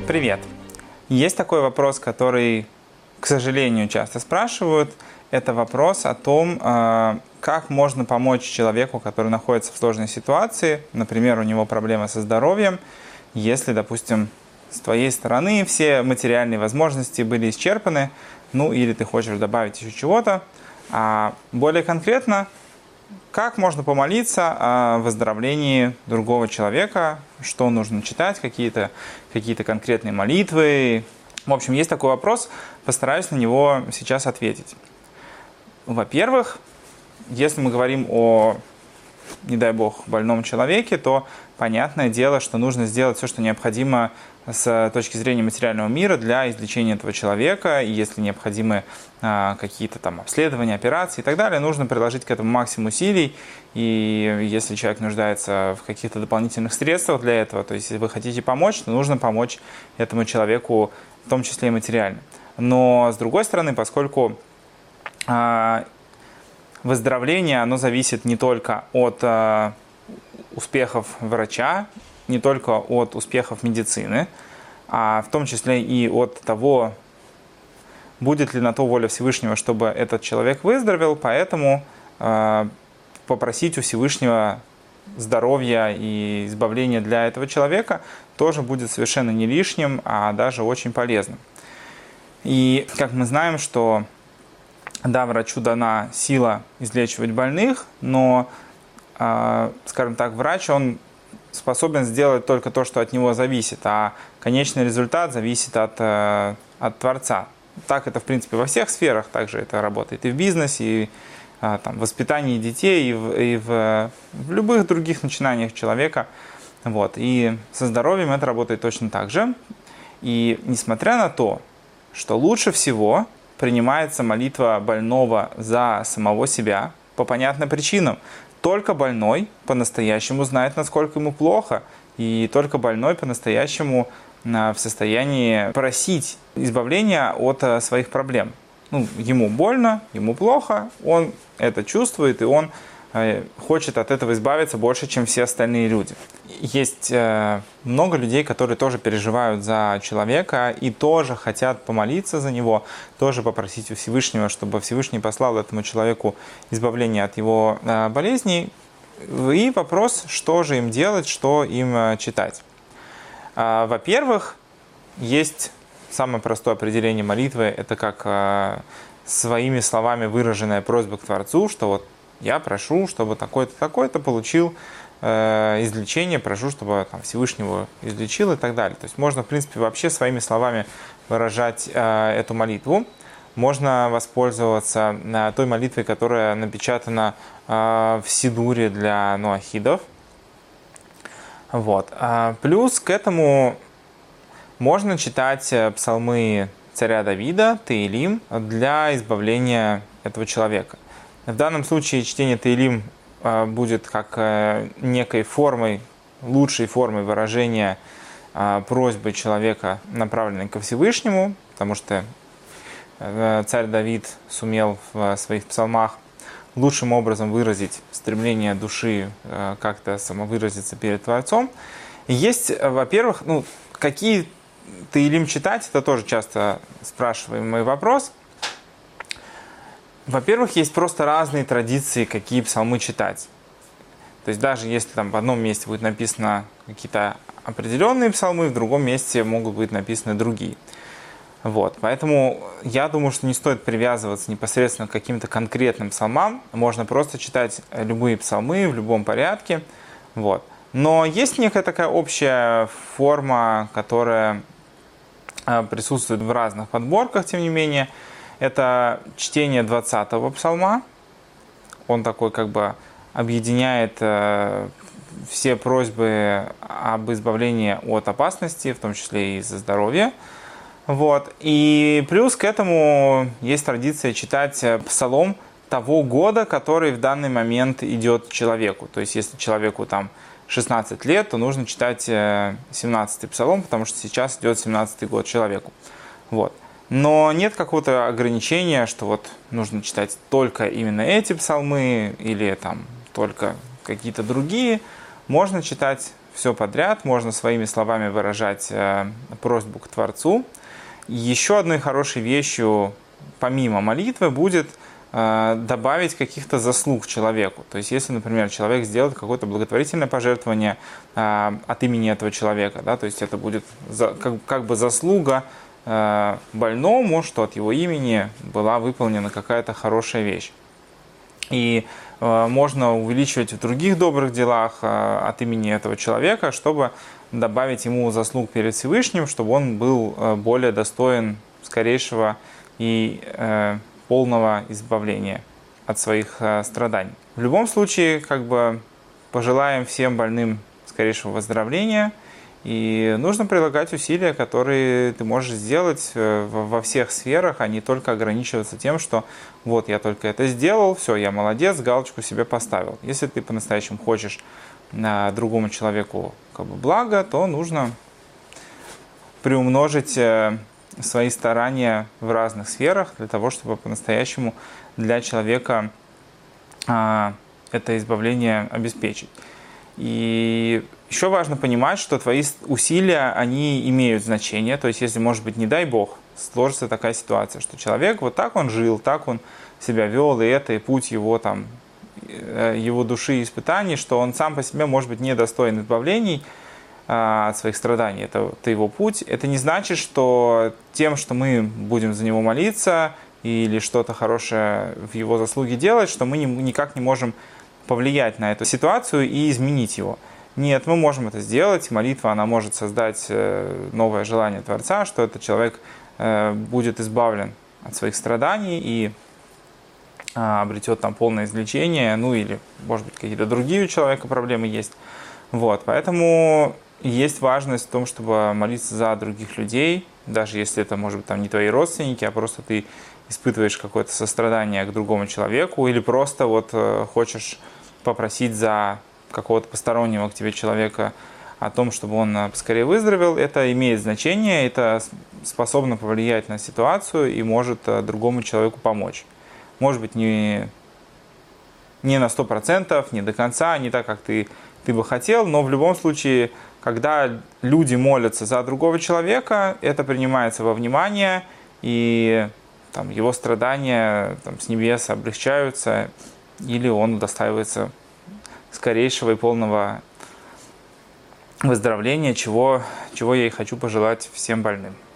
Привет! Есть такой вопрос, который, к сожалению, часто спрашивают. Это вопрос о том, как можно помочь человеку, который находится в сложной ситуации. Например, у него проблемы со здоровьем. Если, допустим, с твоей стороны все материальные возможности были исчерпаны, или ты хочешь добавить еще чего-то. А более конкретно, как можно помолиться о выздоровлении другого человека, что нужно читать, какие-то конкретные молитвы. В общем, есть такой вопрос, постараюсь на него сейчас ответить. Во-первых, если мы говорим о, не дай бог, больном человеке, то понятное дело, что нужно сделать все, что необходимо с точки зрения материального мира для излечения этого человека. И если необходимы какие-то там обследования, операции и так далее, нужно приложить к этому максимум усилий. И если человек нуждается в каких-то дополнительных средствах для этого, то есть если вы хотите помочь, то нужно помочь этому человеку, в том числе и материально. Но с другой стороны, поскольку выздоровление, оно зависит не только от успехов врача, не только от успехов медицины, а в том числе и от того, будет ли на то воля Всевышнего, чтобы этот человек выздоровел, поэтому попросить у Всевышнего здоровья и избавления для этого человека тоже будет совершенно не лишним, а даже очень полезным. И как мы знаем, что да, врачу дана сила излечивать больных, но, скажем так, врач, он способен сделать только то, что от него зависит, а конечный результат зависит от Творца. Так это, в принципе, во всех сферах, также это работает и в бизнесе, и в воспитании детей, и в любых других начинаниях человека. И со здоровьем это работает точно так же. И несмотря на то, что лучше всего принимается молитва больного за самого себя по понятным причинам. Только больной по-настоящему знает, насколько ему плохо, и только больной по-настоящему в состоянии просить избавления от своих проблем. Ему больно, ему плохо, он это чувствует, и он хочет от этого избавиться больше, чем все остальные люди. Есть много людей, которые тоже переживают за человека и тоже хотят помолиться за него, тоже попросить у Всевышнего, чтобы Всевышний послал этому человеку избавление от его болезней. И вопрос, что же им делать, что им читать. Во-первых, есть самое простое определение молитвы, это как своими словами выраженная просьба к Творцу, что я прошу, чтобы такой-то, такой-то получил излечение, прошу, чтобы Всевышнего излечил и так далее. То есть можно, в принципе, вообще своими словами выражать эту молитву. Можно воспользоваться той молитвой, которая напечатана в Сидуре для ноахидов. Плюс к этому можно читать псалмы царя Давида, Теилим, для избавления этого человека. В данном случае чтение Теилим будет как некой формой, лучшей формой выражения просьбы человека, направленной ко Всевышнему, потому что царь Давид сумел в своих псалмах лучшим образом выразить стремление души как-то самовыразиться перед Творцом. И есть, во-первых, какие Теилим читать, это тоже часто спрашиваемый вопрос. Во-первых, есть просто разные традиции, какие псалмы читать. То есть даже если в одном месте будет написано какие-то определенные псалмы, в другом месте могут быть написаны другие. Поэтому я думаю, что не стоит привязываться непосредственно к каким-то конкретным псалмам. Можно просто читать любые псалмы в любом порядке. Но есть некая такая общая форма, которая присутствует в разных подборках, тем не менее. Это чтение 20-го псалма. Он такой объединяет все просьбы об избавлении от опасности, в том числе и за здоровье. И плюс к этому есть традиция читать псалом того года, который в данный момент идет человеку. То есть если человеку 16 лет, то нужно читать 17-й псалом, потому что сейчас идет 17-й год человеку. Но нет какого-то ограничения, что нужно читать только именно эти псалмы или только какие-то другие. Можно читать все подряд, можно своими словами выражать просьбу к Творцу. Еще одной хорошей вещью, помимо молитвы, будет добавить каких-то заслуг человеку. То есть, если, например, человек сделает какое-то благотворительное пожертвование от имени этого человека, да, то есть это будет как бы заслуга больному, что от его имени была выполнена какая-то хорошая вещь. И можно увеличивать в других добрых делах от имени этого человека, чтобы добавить ему заслуг перед Всевышним, чтобы он был более достоин скорейшего и полного избавления от своих страданий. В любом случае, пожелаем всем больным скорейшего выздоровления, и нужно прилагать усилия, которые ты можешь сделать во всех сферах, а не только ограничиваться тем, что вот я только это сделал, все, я молодец, галочку себе поставил. Если ты по-настоящему хочешь другому человеку благо, то нужно приумножить свои старания в разных сферах для того, чтобы по-настоящему для человека это избавление обеспечить. И еще важно понимать, что твои усилия, они имеют значение. То есть, если, может быть, не дай Бог, сложится такая ситуация, что человек вот так он жил, так он себя вел, и это и путь его, его души и испытаний, что он сам по себе, может быть, недостоин избавлений от своих страданий, это его путь. Это не значит, что тем, что мы будем за него молиться или что-то хорошее в его заслуге делать, что мы никак не можем повлиять на эту ситуацию и изменить его. Нет, мы можем это сделать. Молитва, она может создать новое желание Творца, что этот человек будет избавлен от своих страданий и обретет полное излечение, или, может быть, какие-то другие у человека проблемы есть. Вот, поэтому есть важность в том, чтобы молиться за других людей, даже если это, может быть, не твои родственники, а просто ты испытываешь какое-то сострадание к другому человеку или просто хочешь попросить за какого-то постороннего к тебе человека о том, чтобы он поскорее выздоровел, это имеет значение, это способно повлиять на ситуацию и может другому человеку помочь. Может быть, не на 100%, не до конца, не так, как ты бы хотел, но в любом случае, когда люди молятся за другого человека, это принимается во внимание, и его страдания с небес облегчаются, или он удостаивается скорейшего и полного выздоровления, чего я и хочу пожелать всем больным.